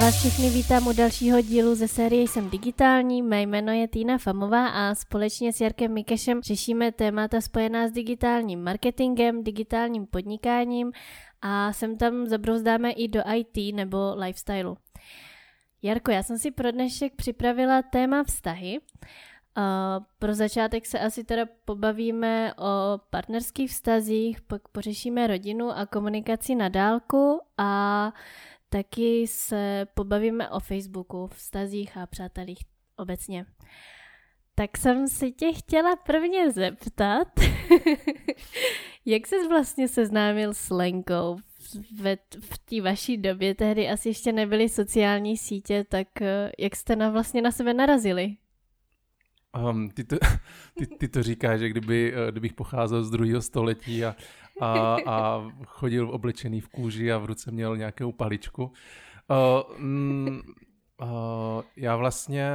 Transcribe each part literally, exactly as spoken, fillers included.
vás všechny vítám u dalšího dílu ze série Jsem digitální. Mé jméno je Týna Famová a společně s Jarkem Mikešem řešíme témata spojená s digitálním marketingem, digitálním podnikáním a sem tam zabrouzdáme i do í té nebo lifestylu. Jarko, já jsem si pro dnešek připravila téma vztahy. Uh, pro začátek se asi teda pobavíme o partnerských vztazích, pak pořešíme rodinu a komunikaci na dálku a taky se pobavíme o Facebooku, vztazích a přátelích obecně. Tak jsem si tě chtěla prvně zeptat, jak ses vlastně seznámil s Lenkou? V, v té vaší době tehdy asi ještě nebyly sociální sítě, tak jak jste na vlastně na sebe narazili? Um, ty, to, ty, ty to říkáš, že kdyby, kdybych pocházel z druhého století a, a, a chodil oblečený v kůži a v ruce měl nějakou paličku. Uh, mm, uh, já vlastně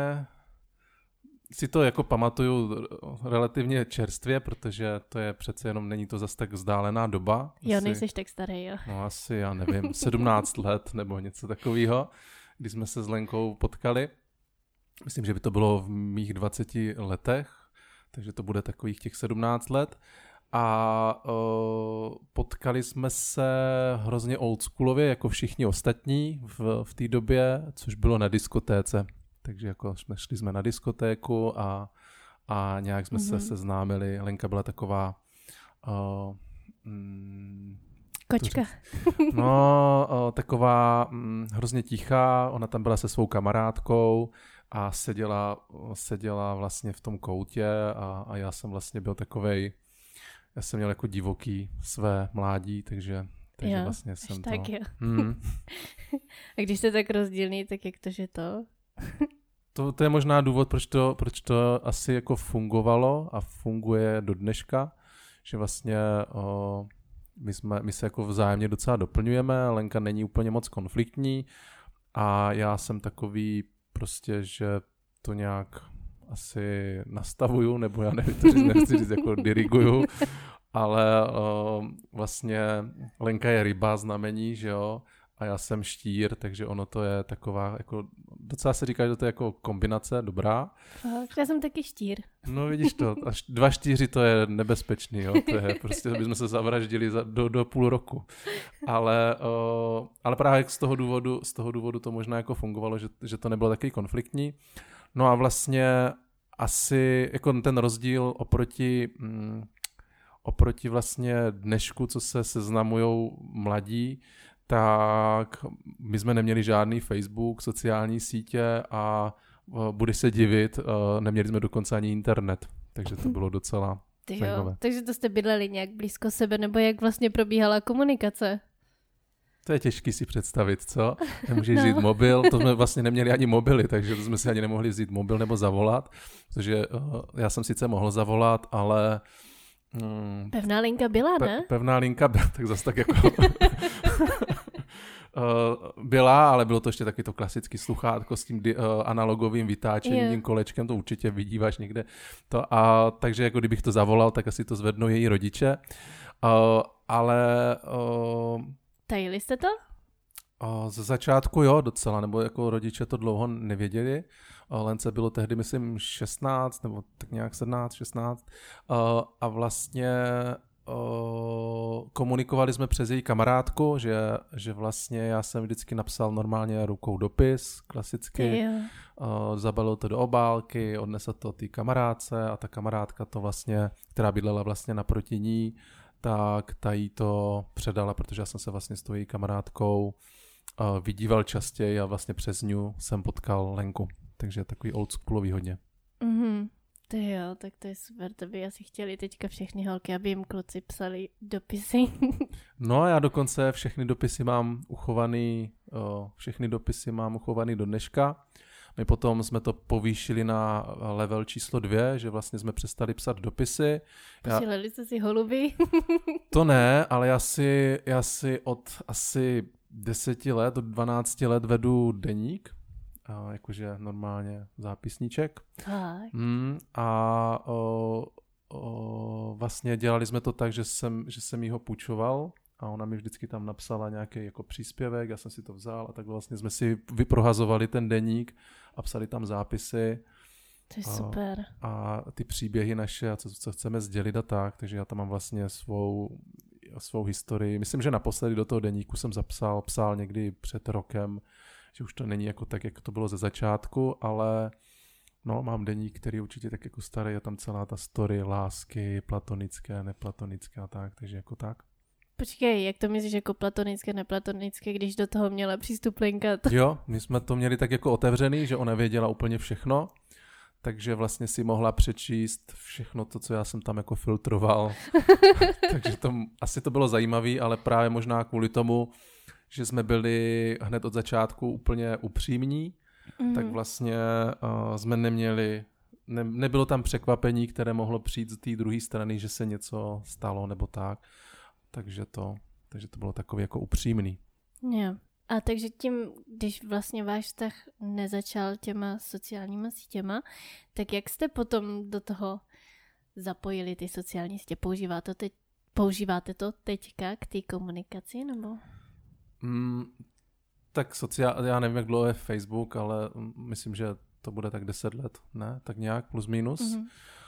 si to jako pamatuju relativně čerstvě, protože to je přece jenom, není to zas tak vzdálená doba. Jo, asi, nejseš tak starý, jo. No asi, já nevím, sedmnáct let nebo něco takového, kdy jsme se s Lenkou potkali. Myslím, že by to bylo v mých dvaceti letech, takže to bude takových těch sedmnáct let. A uh, potkali jsme se hrozně oldschoolově, jako všichni ostatní v, v té době, což bylo na diskotéce. Takže jako jsme šli jsme na diskotéku a, a nějak jsme mm-hmm. se seznámili. Lenka byla taková... Uh, mm, Kočka. No, uh, taková mm, hrozně tichá, ona tam byla se svou kamarádkou a seděla, seděla vlastně v tom koutě a, a já jsem vlastně byl takovej, já jsem měl jako divoký své mládí, takže, takže jo, vlastně jsem tak to... Jo. Hmm. A když jste tak rozdílný, tak jak to, že to? to? To je možná důvod, proč to, proč to asi jako fungovalo a funguje do dneška, že vlastně o, my, jsme, my se jako vzájemně docela doplňujeme, Lenka není úplně moc konfliktní a já jsem takový prostě, že to nějak asi nastavuju, nebo já nevím, to říct, nechci říct, jako diriguju, ale uh, vlastně Lenka je ryba, znamení, že jo, a já jsem štír, takže ono to je taková, jako, docela se říká, že to je jako kombinace dobrá. Já jsem taky štír. No vidíš to, až dva štíři to je nebezpečný, jo, to je prostě, bychom se zavraždili za, do, do půl roku. Ale, uh, ale právě z toho důvodu, z toho důvodu to možná jako fungovalo, že, že to nebylo takový konfliktní. No a vlastně asi jako ten rozdíl oproti, mm, oproti vlastně dnešku, co se seznamujou mladí, tak my jsme neměli žádný Facebook, sociální sítě a uh, budeš se divit, uh, neměli jsme dokonce ani internet, takže to bylo docela Ty zajímavé. Jo, takže to jste bydleli nějak blízko sebe, nebo jak vlastně probíhala komunikace? To je těžký si představit, co? Nemůžeš no. vzít mobil, to jsme vlastně neměli ani mobily, takže to jsme si ani nemohli vzít mobil nebo zavolat, protože uh, já jsem sice mohl zavolat, ale... Mm, pevná linka byla, pe- ne? Pevná linka byla, tak zase tak jako... Uh, byla, ale bylo to ještě taky to klasický sluchátko s tím di- uh, analogovým vytáčením, yeah. kolečkem, to určitě vidíváš někde. To, a, takže jako kdybych to zavolal, tak asi to zvednou její rodiče. Uh, ale... Uh, Tajili jste to? Uh, ze začátku jo, docela, nebo jako rodiče to dlouho nevěděli. Uh, Lence bylo tehdy, myslím, šestnáct, nebo tak nějak sedmnáct, šestnáct. Uh, a vlastně... komunikovali jsme přes její kamarádku, že, že vlastně já jsem vždycky napsal normálně rukou dopis, klasicky, uh, zabalil to do obálky, odnesl to té kamarádce a ta kamarádka to vlastně, která bydlela vlastně naproti ní, tak ta jí to předala, protože já jsem se vlastně s tou její kamarádkou uh, vidíval častěji a vlastně přes ní jsem potkal Lenku, takže takový oldschoolový hodně. Mhm. Ty jo, tak to je super, to by asi chtěli teďka všechny holky, aby jim kluci psali dopisy. No já dokonce všechny dopisy mám uchovaný, o, všechny dopisy mám uchovaný do dneška. My potom jsme to povýšili na level číslo dvě, že vlastně jsme přestali psat dopisy. Posílali jste si holuby? To ne, ale já si, já si od asi deseti let, od dvanácti let vedu deník. A jakože normálně zápisníček. Mm, a o, o, vlastně dělali jsme to tak, že jsem, že jsem jí ho půjčoval a ona mi vždycky tam napsala nějaký jako příspěvek, já jsem si to vzal a tak vlastně jsme si vyprohazovali ten deník a psali tam zápisy. To je super. A, a ty příběhy naše a co, co chceme sdělit a tak, takže já tam mám vlastně svou, svou historii. Myslím, že naposledy do toho deníku jsem zapsal, psal někdy před rokem, že už to není jako tak, jak to bylo ze začátku, ale no, mám deník, který je určitě tak jako starý, je tam celá ta story, lásky, platonické, neplatonické a tak, takže jako tak. Počkej, jak to myslíš jako platonické, neplatonické, když do toho měla přístup Lenka? To... Jo, my jsme to měli tak jako otevřený, že ona věděla úplně všechno, takže vlastně si mohla přečíst všechno to, co já jsem tam jako filtroval. Takže to, asi to bylo zajímavé, ale právě možná kvůli tomu, že jsme byli hned od začátku úplně upřímní, mm. tak vlastně uh, jsme neměli, ne, nebylo tam překvapení, které mohlo přijít z té druhé strany, že se něco stalo nebo tak. Takže to, takže to bylo takový jako upřímný. Yeah. A takže tím, když vlastně váš vztah nezačal těma sociálníma sítěma, tak jak jste potom do toho zapojili ty sociální sítě? Používáte to, teď, používáte to teďka k té komunikaci, nebo? Mm, tak sociál, já nevím, jak dlouho je Facebook, ale myslím, že to bude tak deset let, ne? Tak nějak plus minus. Mm-hmm.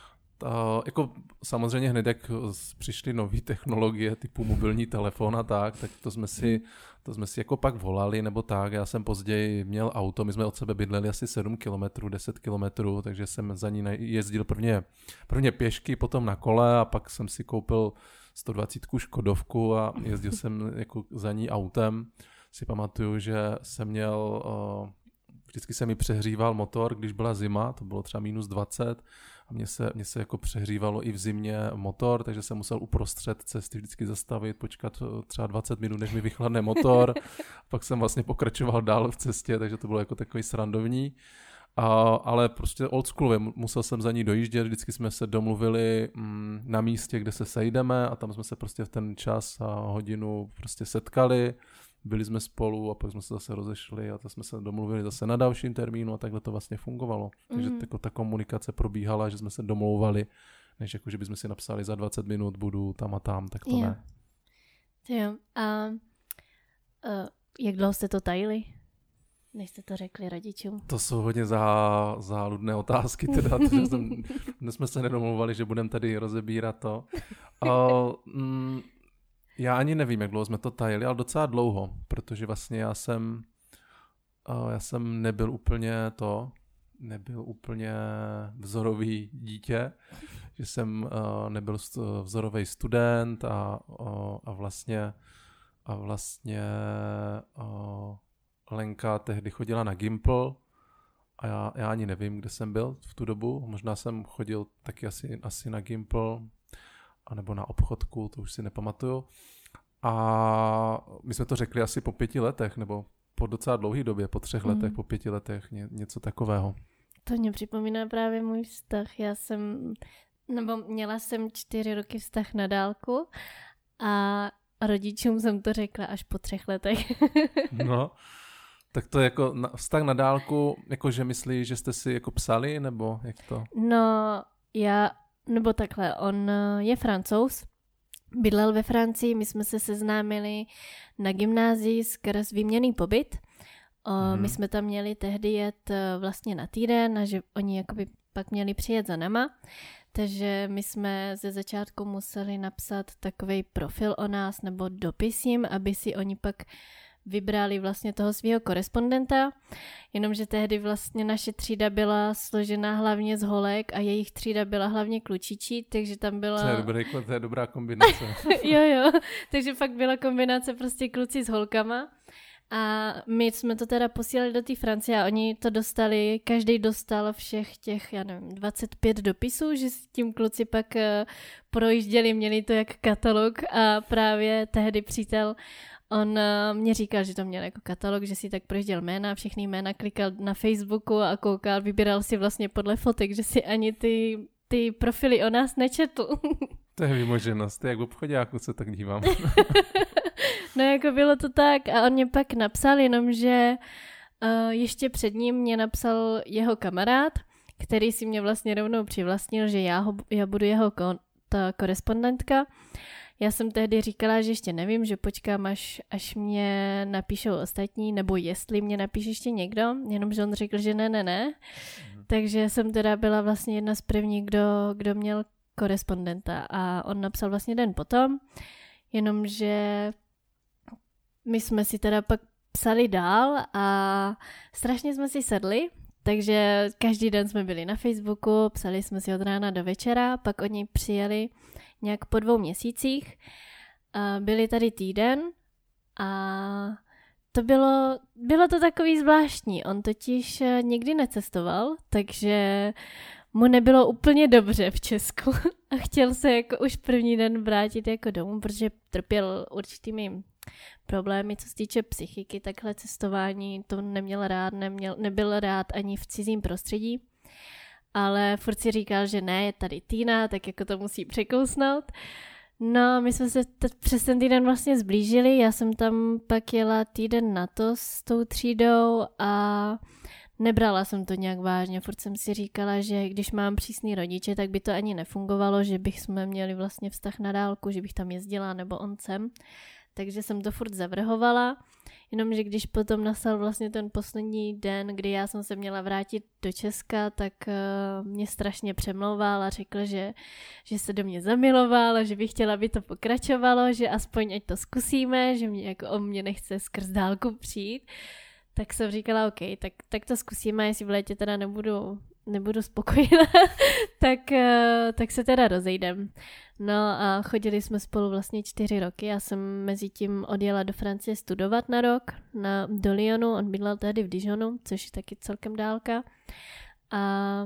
Uh, jako samozřejmě hned, jak přišly nové technologie typu mobilní telefon a tak, tak to jsme si, to jsme si jako pak volali nebo tak. Já jsem později měl auto, my jsme od sebe bydleli asi sedm kilometrů, deset kilometrů, takže jsem za ní jezdil prvně, prvně pěšky, potom na kole a pak jsem si koupil sto dvacet Škodovku a jezdil jsem jako za ní autem. Si pamatuju, že jsem měl... Uh, Vždycky se mi přehříval motor, když byla zima, to bylo třeba minus dvacet a mně se, mně se jako přehřívalo i v zimě motor, takže jsem musel uprostřed cesty vždycky zastavit, počkat třeba dvacet minut, než mi vychladne motor. Pak jsem vlastně pokračoval dál v cestě, takže to bylo jako takový srandovní. A, ale prostě old schoolově, musel jsem za ní dojíždět, vždycky jsme se domluvili mm, na místě, kde se sejdeme a tam jsme se prostě v ten čas a hodinu prostě setkali. Byli jsme spolu a pak jsme se zase rozešli a to jsme se domluvili zase na dalším termínu a takhle to vlastně fungovalo. Takže mm. jako ta komunikace probíhala, že jsme se domlouvali, než jako, že bychom si napsali za dvacet minut budu tam a tam, tak to yeah. ne. Jo. A uh, jak dlouho jste to tajili? Než jste to řekli rodičům? To jsou hodně zá, záludné otázky. Teda, teda jsem, dnes jsme se nedomlouvali, že budeme tady rozebírat to. Uh, mm, Já ani nevím, jak dlouho jsme to tajili, ale docela dlouho, protože vlastně já jsem, já jsem nebyl úplně to, nebyl úplně vzorový dítě, že jsem nebyl vzorový student a, a vlastně, a vlastně Lenka tehdy chodila na Gimpl a já, já ani nevím, kde jsem byl v tu dobu, možná jsem chodil taky asi, asi na Gimpl, anebo na obchodku, to už si nepamatuju. A my jsme to řekli asi po pěti letech, nebo po docela dlouhé době, po třech letech, mm. po pěti letech, ně, něco takového. To mě připomíná právě můj vztah. Já jsem, nebo měla jsem čtyři roky vztah na dálku a rodičům jsem to řekla až po třech letech. No, tak to jako vztah na dálku, jakože myslíš, že jste si jako psali, nebo jak to? No, já... Nebo takhle, on je Francouz, bydlel ve Francii, my jsme se seznámili na gymnázii skrz výměnný pobyt. O, hmm. My jsme tam měli tehdy jet vlastně na týden a že oni jakoby pak měli přijet za nama. Takže my jsme ze začátku museli napsat takovej profil o nás nebo dopis jim, aby si oni pak vybrali vlastně toho svého korespondenta, jenomže tehdy vlastně naše třída byla složená hlavně z holek a jejich třída byla hlavně klučičí, takže tam byla... To je, dobrý, to je dobrá kombinace. jo, jo, takže fakt byla kombinace prostě kluci s holkama a my jsme to teda posílali do té Francie a oni to dostali, každý dostal všech těch, já nevím, dvacet pět dopisů, že s tím kluci pak uh, projížděli, měli to jak katalog a právě tehdy přítel on uh, mě říkal, že to měl jako katalog, že si tak projížděl jména, všechny jména klikal na Facebooku a koukal, vybíral si vlastně podle fotek, že si ani ty, ty profily o nás nečetl. To je vymoženost, jak v obchoďáku se tak dívám. No jako bylo to tak a on mě pak napsal, jenomže uh, ještě před ním mě napsal jeho kamarád, který si mě vlastně rovnou přivlastnil, že já, ho, já budu jeho kon, ta korespondentka. Já jsem tehdy říkala, že ještě nevím, že počkám, až, až mě napíšou ostatní, nebo jestli mě napíše ještě někdo, jenomže on řekl, že ne, ne, ne. Mm. Takže jsem teda byla vlastně jedna z prvních, kdo, kdo měl korespondenta a on napsal vlastně den potom, jenomže my jsme si teda pak psali dál a strašně jsme si sedli, takže každý den jsme byli na Facebooku, psali jsme si od rána do večera, pak oni přijeli nějak po dvou měsících, byli tady týden a to bylo, bylo to takový zvláštní, on totiž nikdy necestoval, takže mu nebylo úplně dobře v Česku a chtěl se jako už první den vrátit jako domů, protože trpěl určitými problémy, co se týče psychiky, takhle cestování, to neměl rád, neměl, nebyl rád ani v cizím prostředí, ale furt si říkal, že ne, je tady Týna, tak jako to musí překousnout. No, my jsme se t- přes ten týden vlastně zblížili, já jsem tam pak jela týden na to s tou třídou a nebrala jsem to nějak vážně, furt jsem si říkala, že když mám přísný rodiče, tak by to ani nefungovalo, že bychom měli vlastně vztah na dálku, že bych tam jezdila nebo on sem. Takže jsem to furt zavrhovala, jenomže když potom nastal vlastně ten poslední den, kdy já jsem se měla vrátit do Česka, tak uh, mě strašně přemlouval a řekl, že, že se do mě zamiloval a že bych chtěla, aby to pokračovalo, že aspoň ať to zkusíme, že mě jako on mě nechce skrz dálku přijít. Tak jsem říkala, OK, tak, tak to zkusíme, jestli v létě teda nebudu, nebudu spokojená, tak, uh, tak se teda rozejdem. No a chodili jsme spolu vlastně čtyři roky, já jsem mezi tím odjela do Francie studovat na rok, na, do Lyonu, on bydlel tehdy v Dijonu, což je taky celkem dálka. A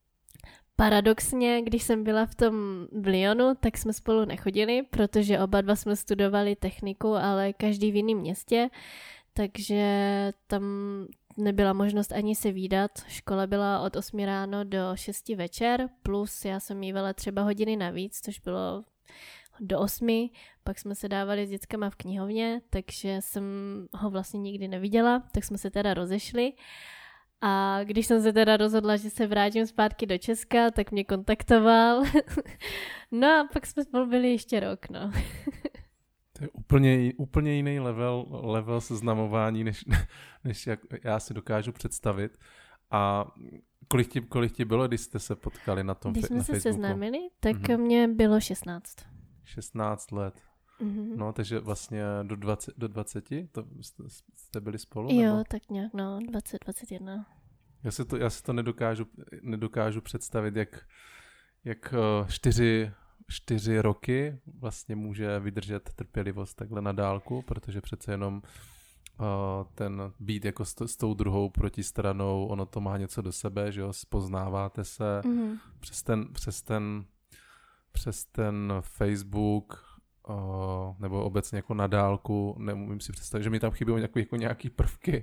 paradoxně, když jsem byla v tom v Lyonu, tak jsme spolu nechodili, protože oba dva jsme studovali techniku, ale každý v jiném městě, takže tam nebyla možnost ani se vídat. Škola byla od osmi ráno do šesti večer, plus já jsem mívala třeba hodiny navíc, což bylo do osmi, pak jsme se dávali s dětskama v knihovně, takže jsem ho vlastně nikdy neviděla, tak jsme se teda rozešli. A když jsem se teda rozhodla, že se vrátím zpátky do Česka, tak mě kontaktoval. No a pak jsme spolu byli ještě rok, no. To je úplně, úplně jiný level, level seznamování, než, než jak já si dokážu představit. A kolik ti, kolik ti bylo, když jste se potkali na tom Když jsme na se Facebooku? seznámili, tak mm-hmm. mě bylo šestnáct. šestnáct let. Mm-hmm. No, takže vlastně do dvaceti, do dvaceti to jste, jste byli spolu? Jo, nebo? tak nějak, no, dvacet, dvacet jedna. Já si to, já si to nedokážu, nedokážu představit, jak, jak čtyři, čtyři roky vlastně může vydržet trpělivost takhle na dálku, protože přece jenom uh, ten být jako s, s tou druhou protistranou, ono to má něco do sebe, že jo, spoznáváte se mm-hmm. přes ten, přes ten, přes ten Facebook, Uh, nebo obecně jako na dálku, neumím si představit, že mi tam chybí jako, jako nějaký prvky,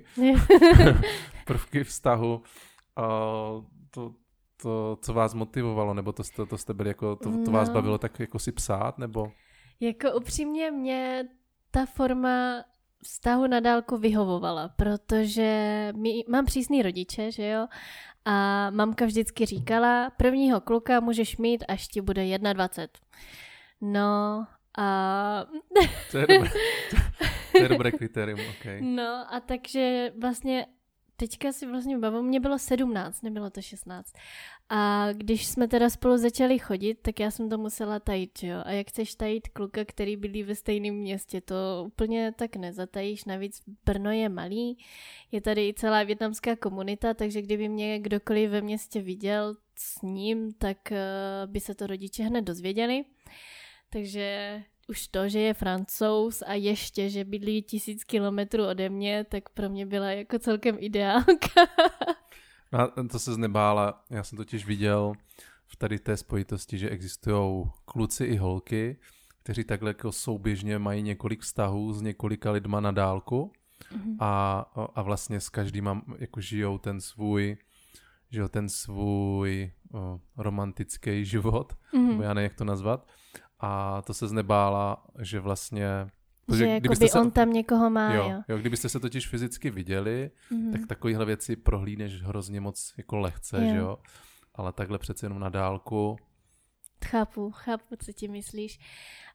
prvky vztahu. Uh, to, to, co vás motivovalo, nebo to jste, to jste byli jako, to, to vás no. bavilo tak jako si psát, nebo? Jako upřímně mě ta forma vztahu na dálku vyhovovala, protože my, mám přísný rodiče, že jo, a mamka vždycky říkala, prvního kluka můžeš mít, až ti bude dvacet jedna. No, a... To je dobré, to, to je dobré kritérium, okay. No a takže vlastně teďka si vlastně bavím, mě bylo sedmnáct, nebylo to šestnáct. A když jsme teda spolu začali chodit, tak já jsem to musela tajit, jo. A jak chceš tajit kluka, který bydlí ve stejném městě, to úplně tak nezatajíš, navíc Brno je malý, je tady i celá vietnamská komunita, takže kdyby mě kdokoliv ve městě viděl s ním, tak uh, by se to rodiče hned dozvěděli. Takže už to, že je Francouz a ještě, že bydlí tisíc kilometrů ode mě, tak pro mě byla jako celkem ideálka. No, to se znebála. Já jsem totiž viděl v tady té spojitosti, že existují kluci i holky, kteří takhle jako souběžně mají několik vztahů s několika lidma na dálku mm-hmm. a, a vlastně s každým jako žijou ten svůj, žijou ten svůj o, romantický život, mm-hmm. nebo já nevím, jak to nazvat. A to se znebála, že vlastně... Že jakoby se, on tam někoho má, jo, jo. jo. Kdybyste se totiž fyzicky viděli, mm-hmm. tak takovýhle věci prohlídneš hrozně moc jako lehce, jo. Že jo? Ale takhle přece jenom na dálku. Chápu, chápu, co ti myslíš.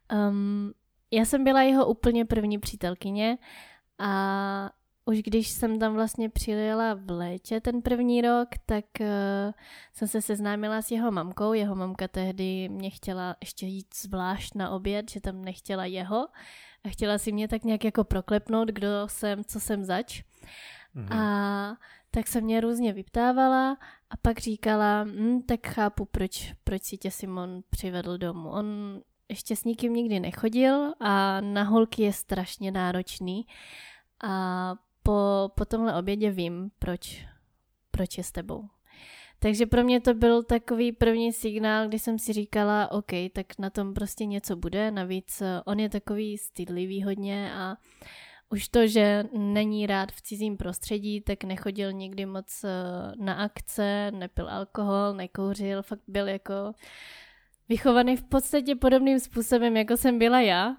Um, já jsem byla jeho úplně první přítelkyně a už když jsem tam vlastně přijela v létě ten první rok, tak uh, jsem se seznámila s jeho mamkou. Jeho mamka tehdy mě chtěla ještě jít zvlášť na oběd, že tam nechtěla jeho a chtěla si mě tak nějak jako proklepnout, kdo jsem, co jsem zač. Mhm. A tak se mě různě vyptávala a pak říkala, hm, tak chápu, proč, proč si tě Simon přivedl domů. On ještě s nikým nikdy nechodil a na holky je strašně náročný a po, po tomhle obědě vím, proč, proč je s tebou. Takže pro mě to byl takový první signál, kdy jsem si říkala, OK, tak na tom prostě něco bude, navíc on je takový stydlivý hodně a už to, že není rád v cizím prostředí, tak nechodil nikdy moc na akce, nepil alkohol, nekouřil, fakt byl jako vychovaný v podstatě podobným způsobem, jako jsem byla já.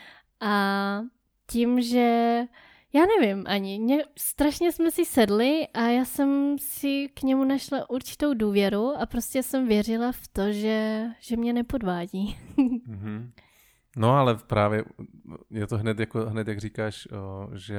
A tím, že já nevím ani, mě, strašně jsme si sedli a já jsem si k němu našla určitou důvěru a prostě jsem věřila v to, že, že mě nepodvádí. Mm-hmm. No ale právě je to hned, jako, hned jak říkáš, že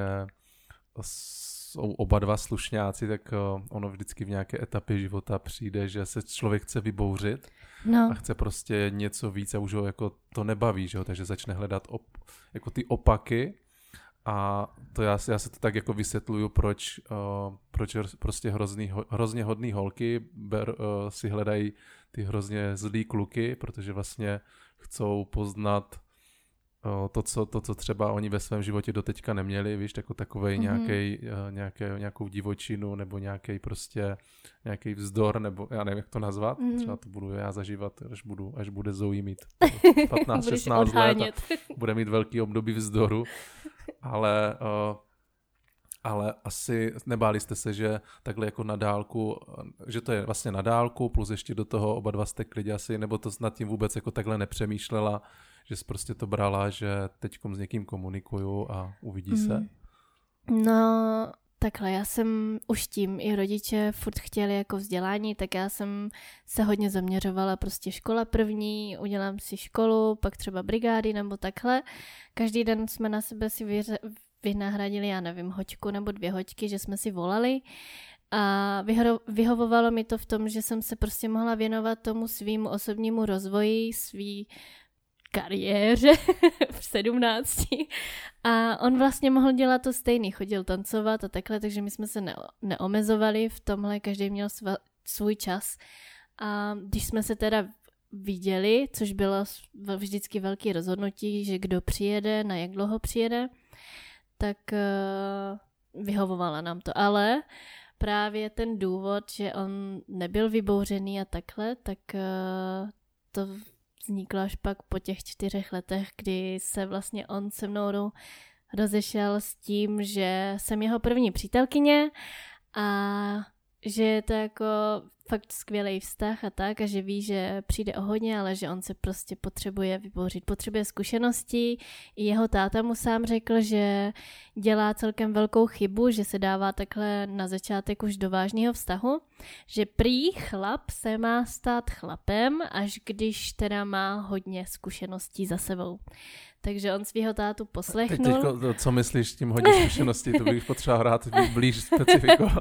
jsou oba dva slušňáci, tak ono vždycky v nějaké etapě života přijde, že se člověk chce vybouřit no. a chce prostě něco víc a už ho jako to nebaví, že jo? Takže začne hledat op, jako ty opaky a to já, já se to tak jako vysvětluju, proč, uh, proč prostě hrozný, hrozně hodný holky ber, uh, si hledají ty hrozně zlý kluky, protože vlastně chcou poznat to co, to, co třeba oni ve svém životě doteďka neměli, víš, jako takovej mm-hmm. nějaký, nějaké, nějakou divočinu nebo nějaký prostě nějaký vzdor, nebo já nevím, jak to nazvat, mm-hmm. třeba to budu já zažívat, až, budu, až bude Zoe mít patnáct šestnáct let a bude mít velký období vzdoru, ale, uh, ale asi nebáli jste se, že takhle jako na dálku, že to je vlastně na dálku, plus ještě do toho oba dva jste klidě asi, nebo to nad tím vůbec jako takhle nepřemýšlela, že jsi prostě to brala, že teďkom s někým komunikuju a uvidí mm. se? No, takhle, já jsem už tím, i rodiče furt chtěli jako vzdělání, tak já jsem se hodně zaměřovala, prostě škola první, udělám si školu, pak třeba brigády nebo takhle. Každý den jsme na sebe si vyře- vynahradili, já nevím, hoďku nebo dvě hoďky, že jsme si volali. A vyho- vyhovovalo mi to v tom, že jsem se prostě mohla věnovat tomu svýmu osobnímu rozvoji, svý kariéře v sedmnácti a on vlastně mohl dělat to stejný, chodil tancovat a takhle, takže my jsme se ne- neomezovali v tomhle, každý měl sva- svůj čas a když jsme se teda viděli, což bylo vždycky velké rozhodnutí, že kdo přijede, na jak dlouho přijede, tak uh, vyhovovala nám to, ale právě ten důvod, že on nebyl vybouřený a takhle, tak uh, to vzniklo až pak po těch čtyřech letech, kdy se vlastně on se mnou rozešel s tím, že jsem jeho první přítelkyně a že je to jako fakt skvělý vztah a tak a že ví, že přijde o hodně, ale že on se prostě potřebuje vybouřit, potřebuje zkušenosti. I jeho táta mu sám řekl, že dělá celkem velkou chybu, že se dává takhle na začátek už do vážného vztahu, že prý chlap se má stát chlapem, až když teda má hodně zkušeností za sebou. Takže on svýho tátu poslechnul. Teď, teďko, co myslíš tím hodně zkušeností? To bych potřeba hrát blíž specifikovat.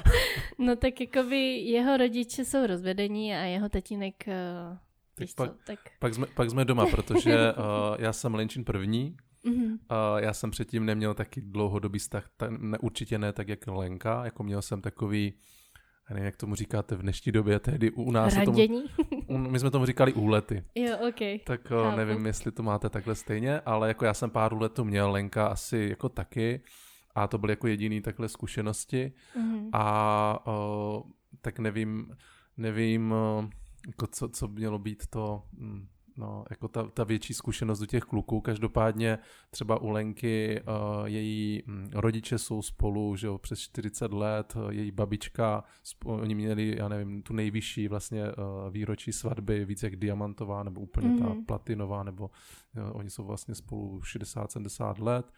No tak jakoby jeho rodiče jsou rozvedení a jeho tatínek... Uh, tak, pak, tak... Pak, jsme, pak jsme doma, protože uh, já jsem Lenčin první. Mm-hmm. Uh, já jsem předtím neměl taky dlouhodobý vztah, ta, ne, určitě ne tak jak Lenka, jako měl jsem takový, já nevím, jak tomu říkáte v dnešní době, tehdy u nás... Randění? Tomu, my jsme tomu říkali úlety. Jo, ok. Tak uh, nevím, jestli to máte takhle stejně, ale jako já jsem pár úletů měl, Lenka asi jako taky a to byly jako jediný takhle zkušenosti mm-hmm. a uh, tak nevím, nevím, uh, jako co, co mělo být to... Mm, No, jako ta, ta větší zkušenost u těch kluků. Každopádně třeba u Lenky uh, její um, rodiče jsou spolu, že jo, přes čtyřicet let, uh, její babička, sp- oni měli, já nevím, tu nejvyšší vlastně uh, výročí svatby, víc jak diamantová, nebo úplně mm-hmm. ta platinová, nebo uh, oni jsou vlastně spolu šedesát sedmdesát let.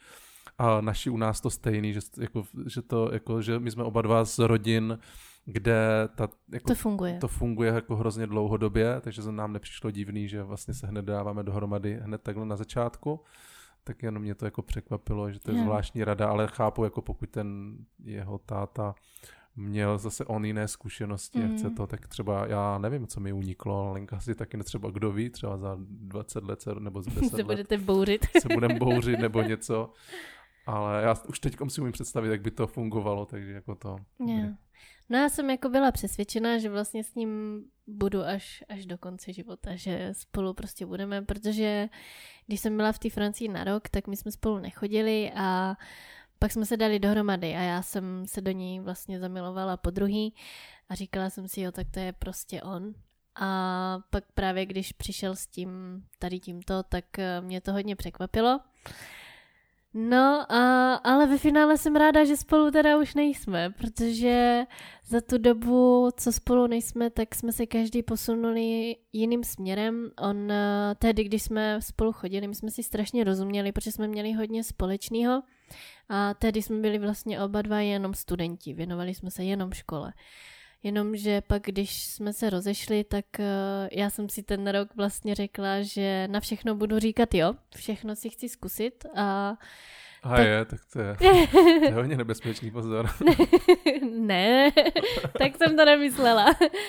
a naši u nás to stejný, že, jako, že, to, jako, že my jsme oba dva z rodin, kde ta, jako, to funguje. To funguje jako hrozně dlouhodobě, takže to nám nepřišlo divný, že vlastně se hned dáváme dohromady hned takhle na začátku. Tak jenom mě to jako překvapilo, že to je yeah. zvláštní rada, ale chápu, jako pokud ten jeho táta měl zase on jiné zkušenosti mm. a chce to, tak třeba já nevím, co mi uniklo, ale Lenka si taky třeba kdo ví, třeba za dvacet let nebo za deset se let budete bouřit. se budeme bouřit nebo něco, ale já už teď si umím představit, jak by to fungovalo, takže jako to... Yeah. No já jsem jako byla přesvědčená, že vlastně s ním budu až, až do konce života, že spolu prostě budeme, protože když jsem byla v té Francii na rok, tak my jsme spolu nechodili a pak jsme se dali dohromady a já jsem se do ní vlastně zamilovala po druhý a říkala jsem si, jo, tak to je prostě on. A pak právě když přišel s tím, tady tímto, tak mě to hodně překvapilo. No, a, ale ve finále jsem ráda, že spolu teda už nejsme, protože za tu dobu, co spolu nejsme, tak jsme se každý posunuli jiným směrem. On tehdy, když jsme spolu chodili, my jsme si strašně rozuměli, protože jsme měli hodně společného a tehdy jsme byli vlastně oba dva jenom studenti, věnovali jsme se jenom škole. Jenomže pak, když jsme se rozešli, tak uh, já jsem si ten rok vlastně řekla, že na všechno budu říkat jo, všechno si chci zkusit a... A tak... je, tak to je, to je hodně nebezpečný, pozor. Ne, tak jsem to nemyslela.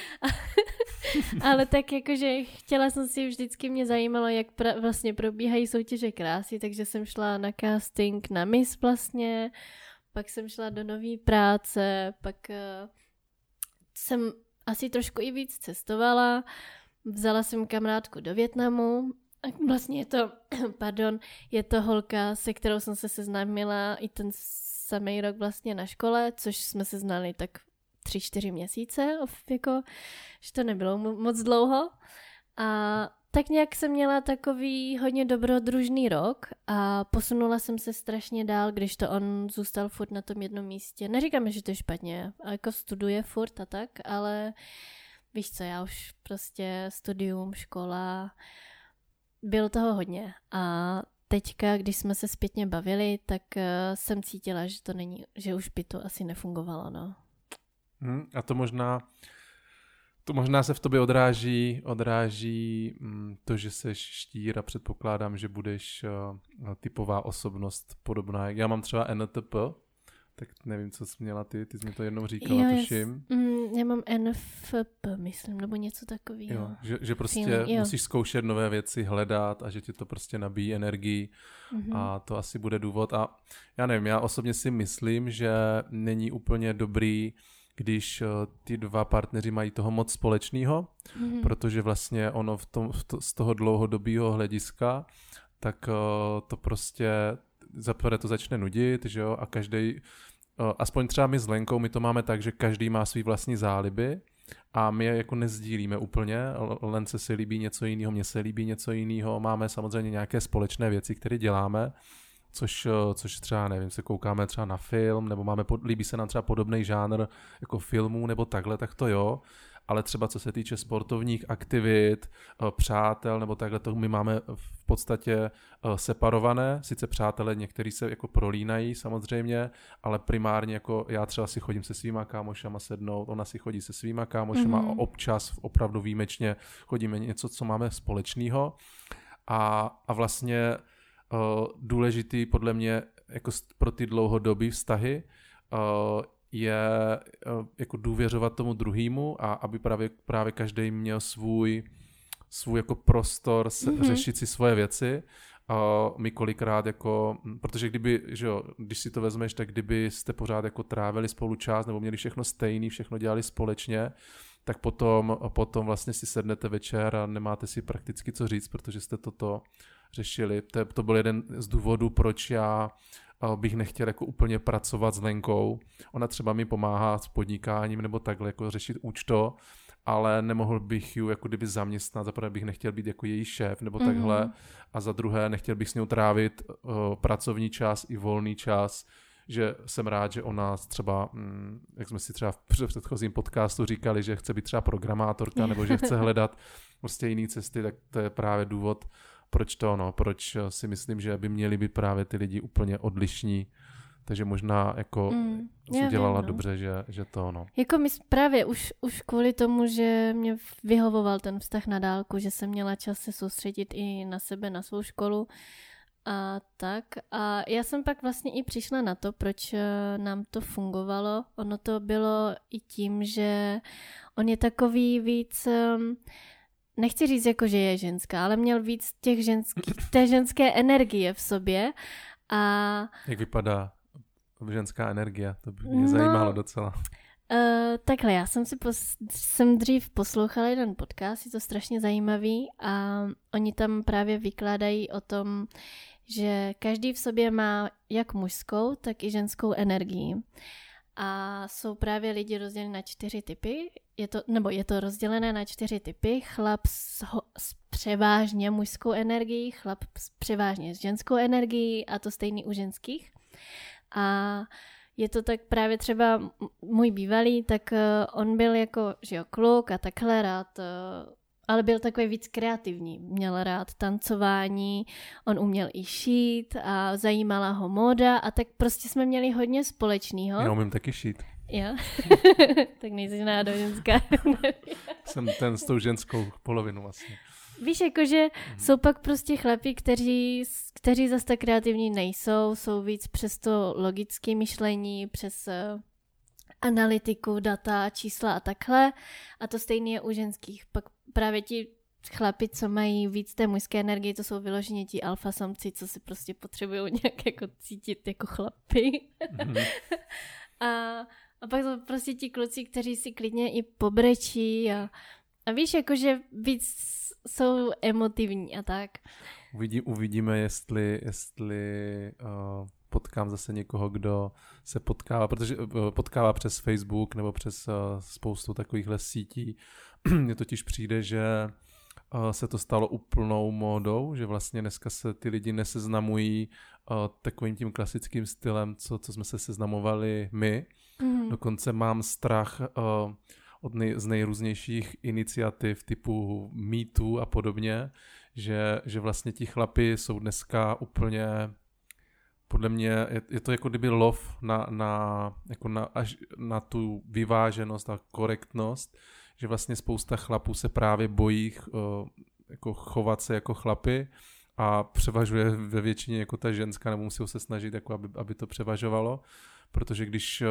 Ale tak jakože chtěla jsem si, vždycky mě zajímalo, jak pra- vlastně probíhají soutěže krásy, takže jsem šla na casting na Miss vlastně, pak jsem šla do nové práce, pak... Uh, jsem asi trošku i víc cestovala, vzala jsem kamarádku do Vietnamu a vlastně je to, pardon, je to holka, se kterou jsem se seznámila i ten samý rok vlastně na škole, což jsme se znali tak tři, čtyři měsíce, jako, že to nebylo moc dlouho a tak nějak jsem měla takový hodně dobrodružný rok a posunula jsem se strašně dál, když to on zůstal furt na tom jednom místě. Neříkám, že to je špatně, jako studuje furt a tak, ale víš co, já už prostě studium, škola, bylo toho hodně. A teďka, když jsme se zpětně bavili, tak uh, jsem cítila, že to není, že už by to asi nefungovalo, no. Hmm, a to možná... To možná se v tobě odráží, odráží to, že seš štír a předpokládám, že budeš uh, typová osobnost podobná. Já mám třeba N T P, tak nevím, co jsi měla ty, ty jsi mi to jednou říkala, jo, tuším. Mm, já mám N F P, myslím, nebo něco takového. Jo, že, že prostě Feeling, musíš zkoušet nové věci, hledat a že ti to prostě nabíjí energii mm-hmm. a to asi bude důvod. A já nevím, já osobně si myslím, že není úplně dobrý, když ty dva partneři mají toho moc společného, mm-hmm. protože vlastně ono v tom, v to, z toho dlouhodobého hlediska, tak uh, to prostě zaprvé to začne nudit, že jo, a každý, uh, aspoň třeba my s Lenkou, my to máme tak, že každý má svý vlastní záliby a my je jako nezdílíme úplně. Lence se líbí něco jiného, mně se líbí něco jiného, máme samozřejmě nějaké společné věci, které děláme, Což, což třeba, nevím, se koukáme třeba na film, nebo máme, líbí se nám třeba podobný žánr jako filmů, nebo takhle, tak to jo, ale třeba co se týče sportovních aktivit, přátel, nebo takhle, to my máme v podstatě separované, sice přátelé, někteří se jako prolínají samozřejmě, ale primárně jako já třeba si chodím se svýma kámošama sednout, ona si chodí se svýma kámošama mm-hmm. a občas opravdu výjimečně chodíme něco, co máme společného a, a vlastně Uh, důležitý podle mě jako pro ty dlouhodobé vztahy uh, je uh, jako důvěřovat tomu druhému a aby právě, právě každý měl svůj, svůj jako prostor se, mm-hmm. řešit si svoje věci. Uh, my kolikrát jako, protože kdyby, že jo, když si to vezmeš, tak kdyby jste pořád jako trávili spolu čas nebo měli všechno stejný, všechno dělali společně, tak potom, potom vlastně si sednete večer a nemáte si prakticky co říct, protože jste toto řešili. To, to byl jeden z důvodů, proč já bych nechtěl jako úplně pracovat s Lenkou. Ona třeba mi pomáhá s podnikáním nebo takhle jako řešit účto, ale nemohl bych ji jako kdyby zaměstnat. Za prvé bych nechtěl být jako její šéf nebo takhle mm-hmm. a za druhé nechtěl bych s ní trávit uh, pracovní čas i volný čas, že jsem rád, že ona třeba, hm, jak jsme si třeba v předchozím podcastu říkali, že chce být třeba programátorka nebo že chce hledat prostě jiné cesty, tak to je právě důvod, proč to, no, proč si myslím, že by měli být právě ty lidi úplně odlišní. Takže možná jako mm, jsi udělala no. dobře, že, že to no. Jako my právě už, už kvůli tomu, že mě vyhovoval ten vztah na dálku, že jsem měla čas se soustředit i na sebe, na svou školu a tak. A já jsem pak vlastně i přišla na to, proč nám to fungovalo. Ono to bylo i tím, že on je takový víc... Nechci říct jako, že je ženská, ale měl víc těch ženských, té ženské energie v sobě. A... Jak vypadá ženská energie? To by mě no, zajímalo docela. Uh, takhle, já jsem si pos- jsem dřív poslouchala jeden podcast, je to strašně zajímavý a oni tam právě vykládají o tom, že každý v sobě má jak mužskou, tak i ženskou energii. A jsou právě lidi rozděleni na čtyři typy, je to, nebo je to rozdělené na čtyři typy. Chlap s, ho, s převážně mužskou energií, chlap s převážně s ženskou energií a to stejný u ženských. A je to tak právě třeba můj bývalý, tak on byl jako, že jo, kluk a takhle rád, ale byl takový víc kreativní. Měl rád tancování, on uměl i šít a zajímala ho móda a tak prostě jsme měli hodně společného. Já umím taky šít. Jo? Tak nejsi náhodou ženská. Jsem ten s tou ženskou polovinu vlastně. Víš, jakože mm. jsou pak prostě chlapi, kteří, kteří zase tak kreativní nejsou, jsou víc přes to logické myšlení, přes uh, analytiku, data, čísla a takhle. A to stejné je u ženských. Pak právě ti chlapi, co mají víc té mužské energie, to jsou vyloženě ti alfa samci, co si prostě potřebují nějak jako cítit jako chlapi. Mm. a, a pak jsou prostě ti kluci, kteří si klidně i pobrečí a, a víš, jakože víc jsou emotivní a tak. Uvidí, uvidíme, jestli, jestli uh, potkám zase někoho, kdo se potkává, protože uh, potkává přes Facebook nebo přes uh, spoustu takovýchhle sítí. Mně totiž přijde, že uh, se to stalo úplnou módou, že vlastně dneska se ty lidi neseznamují uh, takovým tím klasickým stylem, co, co jsme se seznamovali my. Mm-hmm. Dokonce mám strach uh, od nej, z nejrůznějších iniciativ typu Me Too a podobně, že, že vlastně ti chlapi jsou dneska úplně, podle mě, je, je to jako kdyby lov na, na, jako na, až na tu vyváženost a korektnost, že vlastně spousta chlapů se právě bojí uh, jako chovat se jako chlapy a převažuje ve většině jako ta ženská, nebo musí se snažit, jako aby, aby to převažovalo. Protože když,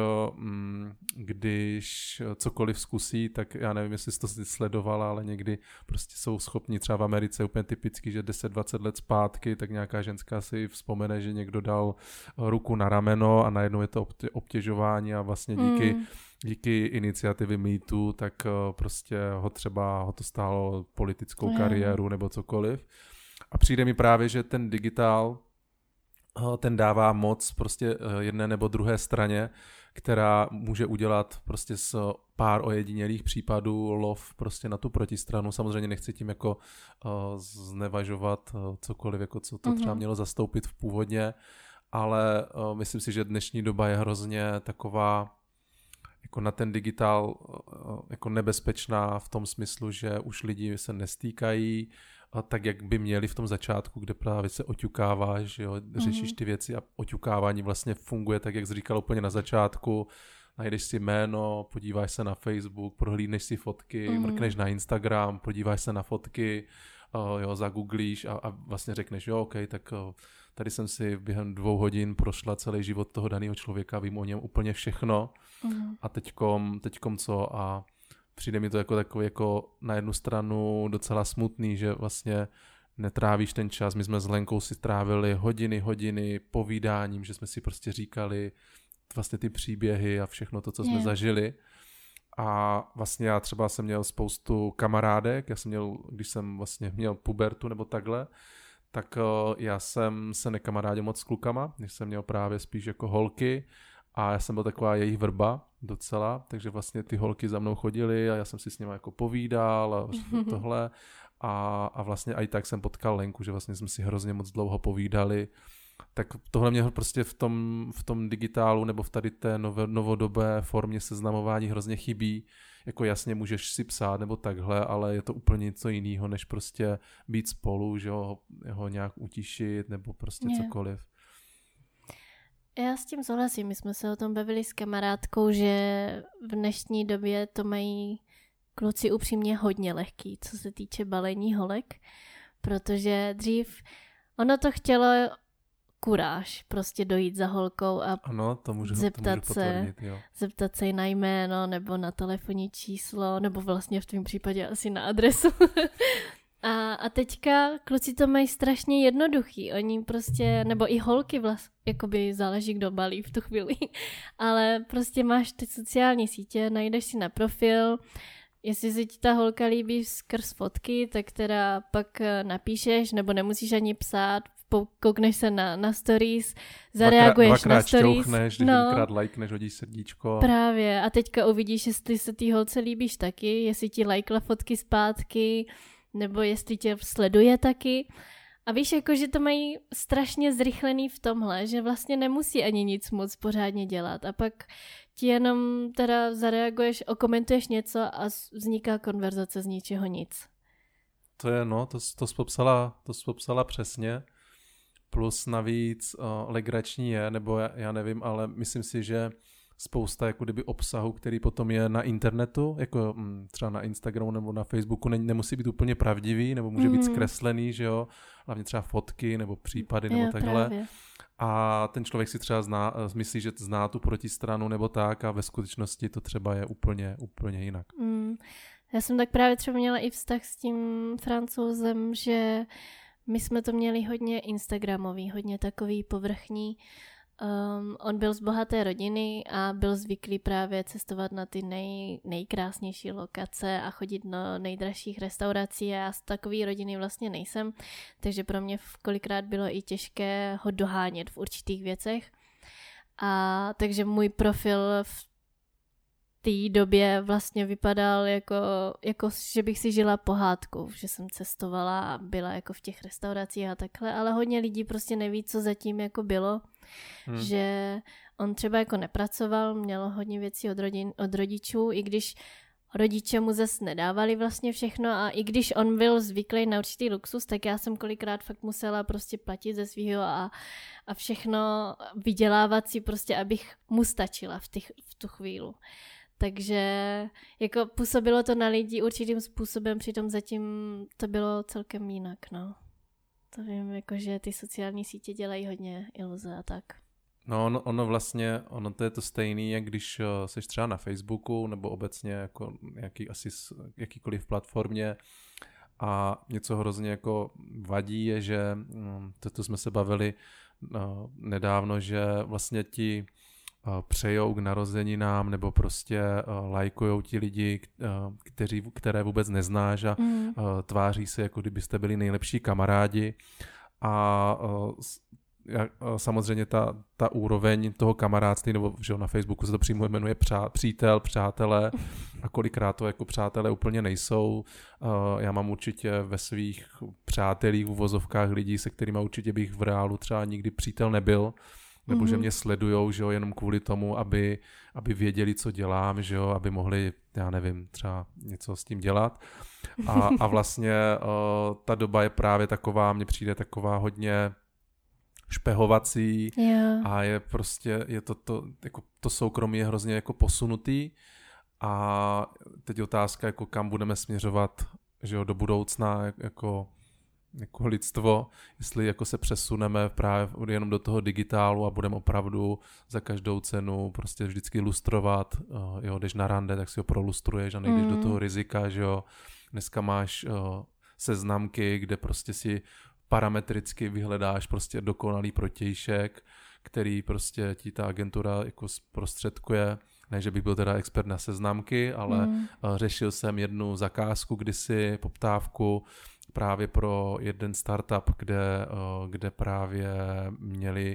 když cokoliv zkusí, tak já nevím, jestli jsi to sledovala, ale někdy prostě jsou schopni, třeba v Americe úplně typicky, že deset dvacet let zpátky, tak nějaká ženská si vzpomene, že někdo dal ruku na rameno a najednou je to obtěžování a vlastně díky, mm. díky iniciativy Me Too, tak prostě ho třeba ho to stálo politickou mm. kariéru nebo cokoliv. A přijde mi právě, že ten digitál ten dává moc prostě jedné nebo druhé straně, která může udělat prostě z pár ojedinělých případů lov prostě na tu protistranu. Samozřejmě nechci tím jako uh, znevažovat uh, cokoliv, jako co to třeba mělo zastoupit v původně, ale uh, myslím si, že dnešní doba je hrozně taková jako na ten digitál uh, jako nebezpečná v tom smyslu, že už lidi se nestýkají, a tak, jak by měli v tom začátku, kde právě se oťukáváš, že jo, řešíš ty věci a oťukávání vlastně funguje tak, jak jsi říkal úplně na začátku. Najdeš si jméno, podíváš se na Facebook, prohlídneš si fotky, mm. mrkneš na Instagram, podíváš se na fotky, uh, jo, zagooglíš a, a vlastně řekneš, jo, ok, tak uh, tady jsem si během dvou hodin prošla celý život toho daného člověka, vím o něm úplně všechno mm. a teďkom, teďkom co a přijde mi to jako takový jako na jednu stranu docela smutný, že vlastně netrávíš ten čas. My jsme s Lenkou si trávili hodiny, hodiny povídáním, že jsme si prostě říkali vlastně ty příběhy a všechno to, co jsme yeah. zažili. A vlastně já třeba jsem měl spoustu kamarádek, já jsem měl, když jsem vlastně měl pubertu nebo takhle, tak já jsem se nekamarádil moc s klukama, když jsem měl právě spíš jako holky a já jsem byl taková jejich vrba docela, takže vlastně ty holky za mnou chodily a já jsem si s nimi jako povídal a tohle a, a vlastně i tak jsem potkal Lenku, že vlastně jsme si hrozně moc dlouho povídali, tak tohle mě prostě v tom, v tom digitálu nebo v tady té nové, novodobé formě seznamování hrozně chybí. Jako jasně můžeš si psát nebo takhle, ale je to úplně něco jiného, než prostě být spolu, že ho, ho nějak utišit nebo prostě yeah. cokoliv. Já s tím souhlasím, my jsme se o tom bavili s kamarádkou, že v dnešní době to mají kluci upřímně hodně lehký, co se týče balení holek, protože dřív ono to chtělo kuráž, prostě dojít za holkou a ano, to můžu, zeptat, to můžu se, jo. zeptat se na jméno nebo na telefonní číslo, nebo vlastně v tvém případě asi na adresu. a, a teďka kluci to mají strašně jednoduchý, oni prostě, nebo i holky vlastně, jakoby záleží, kdo balí v tu chvíli, ale prostě máš ty sociální sítě, najdeš si na profil, jestli se ti ta holka líbí skrz fotky, tak teda pak napíšeš, nebo nemusíš ani psát, koukneš se na, na stories, zareaguješ dvakrát, na stories. Dvakrát šťouchneš, no, dvakrát lajkneš, hodíš srdíčko. Právě. A teďka uvidíš, jestli se té holce líbíš taky, jestli ti lajkla fotky zpátky, nebo jestli tě sleduje taky. A víš, jako, že to mají strašně zrychlený v tomhle, že vlastně nemusí ani nic moc pořádně dělat. A pak ti jenom teda zareaguješ, okomentuješ něco a vzniká konverzace z ničeho nic. To je, no, to, to jsi popsala, to jsi popsala přesně. Plus navíc uh, legrační je, nebo já, já nevím, ale myslím si, že spousta jako kdyby obsahu, který potom je na internetu, jako hm, třeba na Instagramu nebo na Facebooku, ne, nemusí být úplně pravdivý, nebo může mm. být zkreslený, že jo, hlavně třeba fotky nebo případy nebo jo, takhle. Právě. A ten člověk si třeba zná, myslí, že zná tu protistranu nebo tak a ve skutečnosti to třeba je úplně, úplně jinak. Mm. Já jsem tak právě třeba měla i vztah s tím Francouzem, že my jsme to měli hodně instagramový, hodně takový povrchní. Um, on byl z bohaté rodiny a byl zvyklý právě cestovat na ty nej, nejkrásnější lokace a chodit do nejdražších restaurací. Já z takové rodiny vlastně nejsem, takže pro mě kolikrát bylo i těžké ho dohánět v určitých věcech. A takže můj profil v té době vlastně vypadal jako, jako, že bych si žila pohádku, že jsem cestovala a byla jako v těch restauracích a takhle, ale hodně lidí prostě neví, co zatím jako bylo, hmm. že on třeba jako nepracoval, měl hodně věcí od, rodin, od rodičů, i když rodiče mu zase nedávali vlastně všechno a i když on byl zvyklý na určitý luxus, tak já jsem kolikrát fakt musela prostě platit ze svýho a, a všechno vydělávat si prostě, abych mu stačila v, těch, v tu chvíli. Takže jako působilo to na lidi určitým způsobem, přitom zatím to bylo celkem jinak, no. To vím, jakože ty sociální sítě dělají hodně iluze a tak. No ono, ono vlastně, ono to je to stejný, jak když jsi třeba na Facebooku nebo obecně jako jaký, asi jakýkoliv platformě a něco hrozně jako vadí je, že toto jsme se bavili no, nedávno, že vlastně ti přejou k narozeninám nebo prostě uh, lajkujou ti lidi, uh, kteří, které vůbec neznáš a mm. uh, tváří se, jako kdybyste byli nejlepší kamarádi a uh, uh, samozřejmě ta, ta úroveň toho kamarádství, nebo že na Facebooku se to přímo jmenuje přá, přítel, přátelé a kolikrát to jako přátelé úplně nejsou. Uh, já mám určitě ve svých přátelích v uvozovkách lidí, se kterými určitě bych v reálu třeba nikdy přítel nebyl, nebo mm-hmm. že mě sledujou, že jo, jenom kvůli tomu, aby, aby věděli, co dělám, že jo, aby mohli, já nevím, třeba něco s tím dělat. A, a vlastně uh, ta doba je právě taková, mně přijde taková hodně špehovací yeah. a je prostě, je to, to, jako, to soukromí je hrozně jako posunutý a teď otázka, jako kam budeme směřovat, že jo, do budoucna, jako jako lidstvo, jestli jako se přesuneme právě jenom do toho digitálu a budeme opravdu za každou cenu prostě vždycky lustrovat, uh, jo, jdeš na rande, tak si ho prolustruješ a nejdeš mm. do toho rizika, že jo, dneska máš uh, seznamky, kde prostě si parametricky vyhledáš prostě dokonalý protějšek, který prostě ti ta agentura jako zprostředkuje. Ne, že bych byl teda expert na seznamky, ale mm. uh, řešil jsem jednu zakázku kdysi, poptávku, právě pro jeden startup, kde, kde právě měli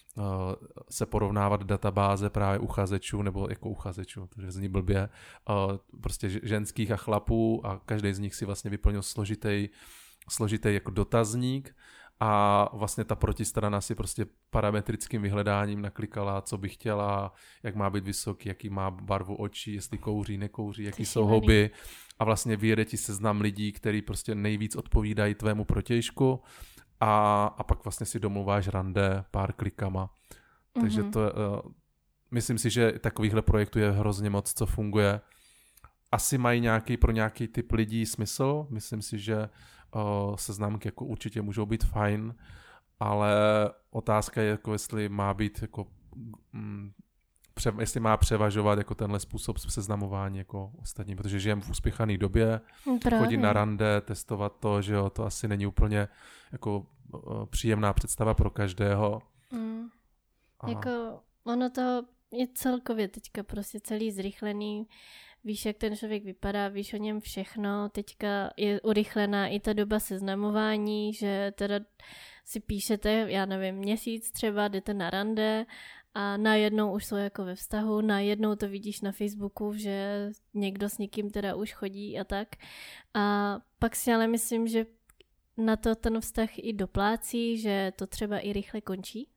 se porovnávat databáze právě uchazečů, nebo jako uchazečů, to zní blbě, prostě ženských a chlapů a každý z nich si vlastně vyplnil složitý, složitý jako dotazník a vlastně ta protistrana si prostě parametrickým vyhledáním naklikala, co by chtěla, jak má být vysoký, jaký má barvu očí, jestli kouří, nekouří, jaký jsou hobby a vlastně vyjede ti seznam lidí, který prostě nejvíc odpovídají tvému protějšku a, a pak vlastně si domluváš rande pár klikama. Mm-hmm. Takže to uh, myslím si, že takovýchhle projektů je hrozně moc, co funguje. Asi mají nějaký pro nějaký typ lidí smysl. Myslím si, že uh, seznámky jako určitě můžou být fajn, ale otázka je, jako jestli má být jako, mm, pře, jestli má převažovat jako tenhle způsob seznamování jako ostatní, protože žijeme v uspěchané době, Právě. chodit na rande, testovat to, že jo, to asi není úplně jako uh, příjemná představa pro každého. Mm. Jako ono to je celkově teďka prostě celý zrychlený. Víš, jak ten člověk vypadá, víš o něm všechno, teďka je urychlená i ta doba seznamování, že teda si píšete, já nevím, měsíc třeba, jdete na rande a najednou už jsou jako ve vztahu, najednou to vidíš na Facebooku, že někdo s někým teda už chodí a tak. A pak si ale myslím, že na to ten vztah i doplácí, že to třeba i rychle končí,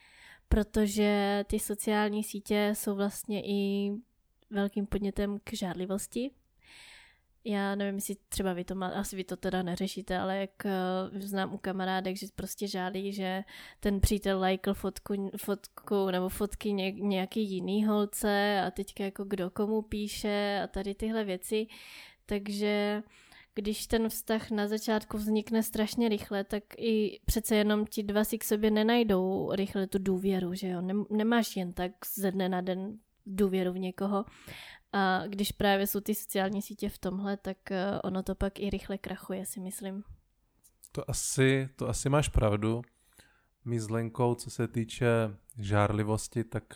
protože ty sociální sítě jsou vlastně i velkým podnětem k žárlivosti. Já nevím, jestli třeba vy to má, asi vy to teda neřešíte, ale jak uh, znám u kamarádek, že prostě žálí, že ten přítel lajkl fotku, fotku nebo fotky ně, nějaký jiný holce a teďka jako kdo komu píše a tady tyhle věci. Takže když ten vztah na začátku vznikne strašně rychle, tak i přece jenom ti dva si k sobě nenajdou rychle tu důvěru, že jo? Nemáš jen tak ze dne na den důvěru v někoho. A když právě jsou ty sociální sítě v tomhle, tak ono to pak i rychle krachuje, si myslím. To asi, to asi máš pravdu. My s Lenkou, co se týče žárlivosti, tak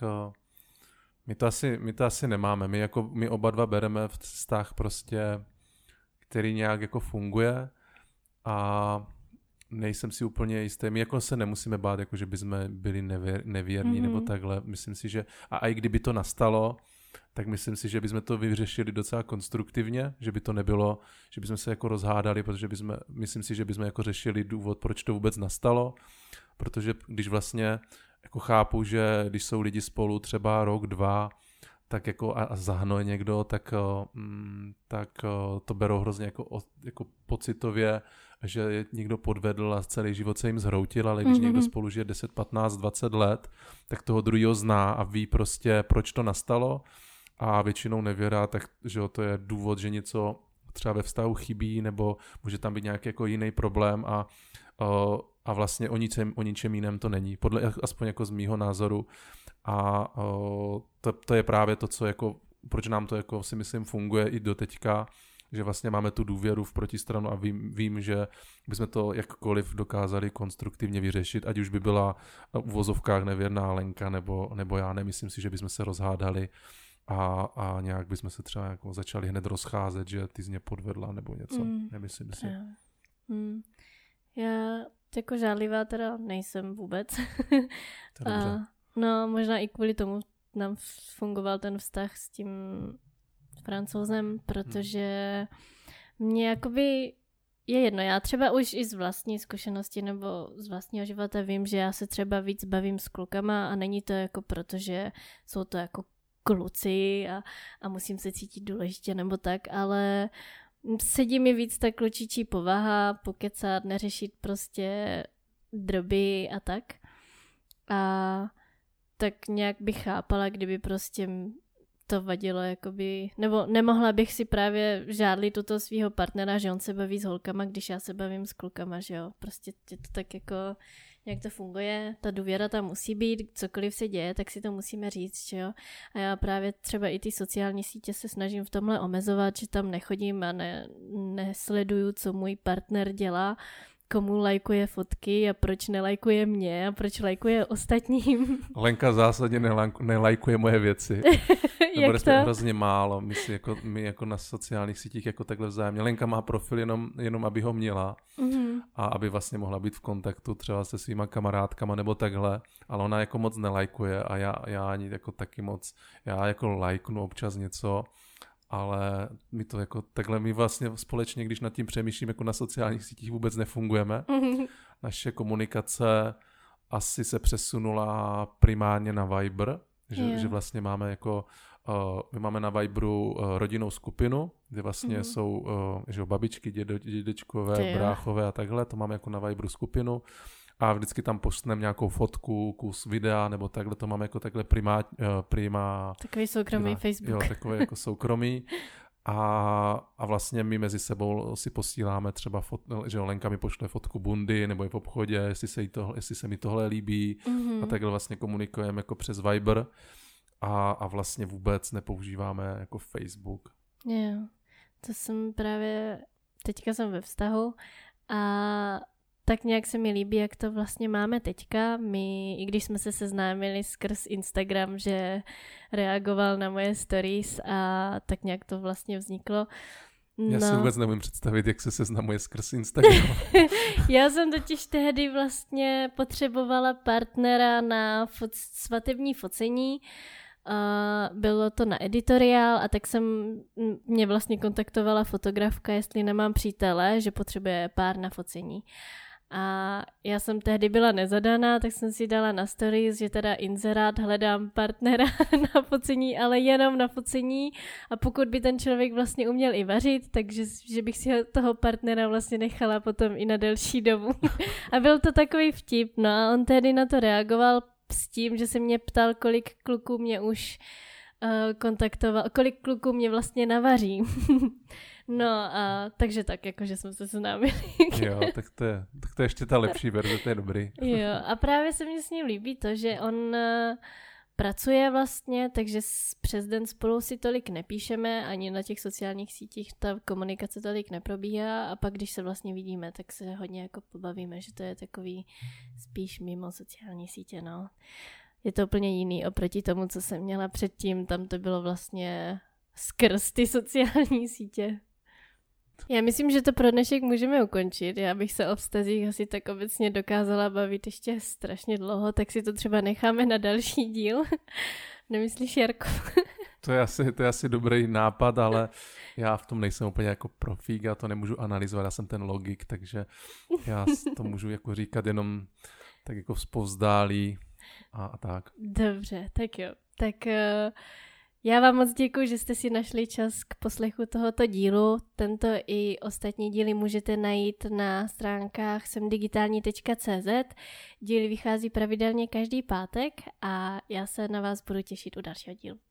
my to asi, my to asi nemáme. My, jako, my oba dva bereme vztah prostě, který nějak jako funguje a nejsem si úplně jistý. My jako se nemusíme bát, jako že bychom byli nevěr, nevěrní mm-hmm. nebo takhle. Myslím si, že a i kdyby to nastalo, tak myslím si, že bychom to vyřešili docela konstruktivně, že by to nebylo, že bychom se jako rozhádali, protože bychom, myslím si, že bychom jako řešili důvod, proč to vůbec nastalo, protože když vlastně jako chápu, že když jsou lidi spolu třeba rok, dva, tak jako a, a zahnoje někdo, tak, mm, tak to berou hrozně jako, jako pocitově, že někdo podvedl a celý život se jim zhroutil, ale když mm-hmm. někdo spolu žije deset, patnáct, dvacet let, tak toho druhého zná a ví prostě, proč to nastalo a většinou nevěrá, tak že to je důvod, že něco třeba ve vztahu chybí nebo může tam být nějaký jako jiný problém a, a vlastně o ničem, o ničem jiném to není, podle aspoň jako z mýho názoru a to, to je právě to, co jako, proč nám to jako si myslím funguje i do teďka, že vlastně máme tu důvěru v protistranu a vím, vím, že bychom to jakkoliv dokázali konstruktivně vyřešit, ať už by byla v uvozovkách nevěrná Lenka, nebo, nebo já nemyslím si, že bychom se rozhádali a, a nějak bychom se třeba jako začali hned rozcházet, že ty z mě podvedla nebo něco, mm. nemyslím si. Mm. Já jako žádlivá teda nejsem vůbec. To je dobře. No možná i kvůli tomu nám fungoval ten vztah s tím Francouzem, protože mě jakoby je jedno, já třeba už i z vlastní zkušenosti nebo z vlastního života vím, že já se třeba víc bavím s klukama a není to jako proto, že jsou to jako kluci a, a musím se cítit důležitě nebo tak, ale sedí mi víc ta klučičí povaha, pokecat, neřešit prostě droby a tak. A tak nějak bych chápala, kdyby prostě to vadilo, jakoby, nebo nemohla bych si právě žádlit tuto svého partnera, že on se baví s holkama, když já se bavím s klukama, že jo, prostě je to tak jako, jak to funguje, ta důvěra tam musí být, cokoliv se děje, tak si to musíme říct, že jo, a já právě třeba i ty sociální sítě se snažím v tomhle omezovat, že tam nechodím a ne, nesleduju, co můj partner dělá, komu lajkuje fotky a proč nelajkuje mě a proč lajkuje ostatním. Lenka zásadně nelajkuje moje věci. Jak to? Jsme hrozně málo. My, si jako, my jako na sociálních sítích jako takhle vzájemně. Lenka má profil jenom, jenom aby ho měla mm-hmm. a aby vlastně mohla být v kontaktu třeba se svýma kamarádkama nebo takhle, ale ona jako moc nelajkuje a já, já ani jako taky moc, já jako lajknu občas něco, ale my to jako takhle, my vlastně společně, když nad tím přemýšlím, jako na sociálních sítích vůbec nefungujeme naše komunikace asi se přesunula primárně na Viber, že, že vlastně máme jako, uh, my máme na Viberu uh, rodinnou skupinu, kde vlastně mm. jsou uh, že babičky, dědo, dědečkové, bráchové a takhle, to máme jako na Viberu skupinu a vždycky tam postneme nějakou fotku, kus videa nebo takhle, to máme jako takhle primá, uh, prima... Takový soukromý prima, Facebook. Jo, takový jako soukromý. A, a vlastně my mezi sebou si posíláme třeba, fot, že Lenka mi pošle fotku bundy nebo je v obchodě, jestli se, jí tohle, jestli se mi tohle líbí mm-hmm. a takhle vlastně komunikujeme jako přes Viber a, a vlastně vůbec nepoužíváme jako Facebook. Jo, to jsem právě, teďka jsem ve vztahu a tak nějak se mi líbí, jak to vlastně máme teďka. My, i když jsme se seznámili skrz Instagram, že reagoval na moje stories a tak nějak to vlastně vzniklo. No. Já si vůbec nevím představit, jak se seznamuje skrz Instagram. Já jsem totiž tehdy vlastně potřebovala partnera na foc, svatební focení. Uh, bylo to na editoriál a tak jsem mě vlastně kontaktovala fotografka, jestli nemám přítele, že potřebuje pár na focení. A já jsem tehdy byla nezadaná, tak jsem si dala na stories, že teda inzerát hledám partnera na focení, ale jenom na focení a pokud by ten člověk vlastně uměl i vařit, takže že bych si toho partnera vlastně nechala potom i na delší dobu. A byl to takový vtip, no a on tehdy na to reagoval s tím, že se mě ptal, kolik kluků mě už uh, kontaktoval, kolik kluků mě vlastně navaří. No a takže tak, jakože jsme se seznámili. Jo, tak to, je, tak to je ještě ta lepší verze, to je dobrý. Jo, a právě se mně s ním líbí to, že on uh, pracuje vlastně, takže s, přes den spolu si tolik nepíšeme, ani na těch sociálních sítích ta komunikace tolik neprobíhá a pak, když se vlastně vidíme, tak se hodně jako pobavíme, že to je takový spíš mimo sociální sítě, no. Je to úplně jiný oproti tomu, co jsem měla předtím, tam to bylo vlastně skrz ty sociální sítě. Já myslím, že to pro dnešek můžeme ukončit. Já bych se o vztazích asi tak obecně dokázala bavit ještě strašně dlouho, tak si to třeba necháme na další díl. Nemyslíš, Jarko? To je asi, to je asi dobrý nápad, ale já v tom nejsem úplně jako profík, já to nemůžu analyzovat, já jsem ten logik, takže já to můžu jako říkat jenom tak jako vzpovzdálí a, a tak. Dobře, tak jo. Tak uh, já vám moc děkuji, že jste si našli čas k poslechu tohoto dílu. Tento i ostatní díly můžete najít na stránkách semdigitální tečka cé zet. Díly vychází pravidelně každý pátek a já se na vás budu těšit u dalšího dílu.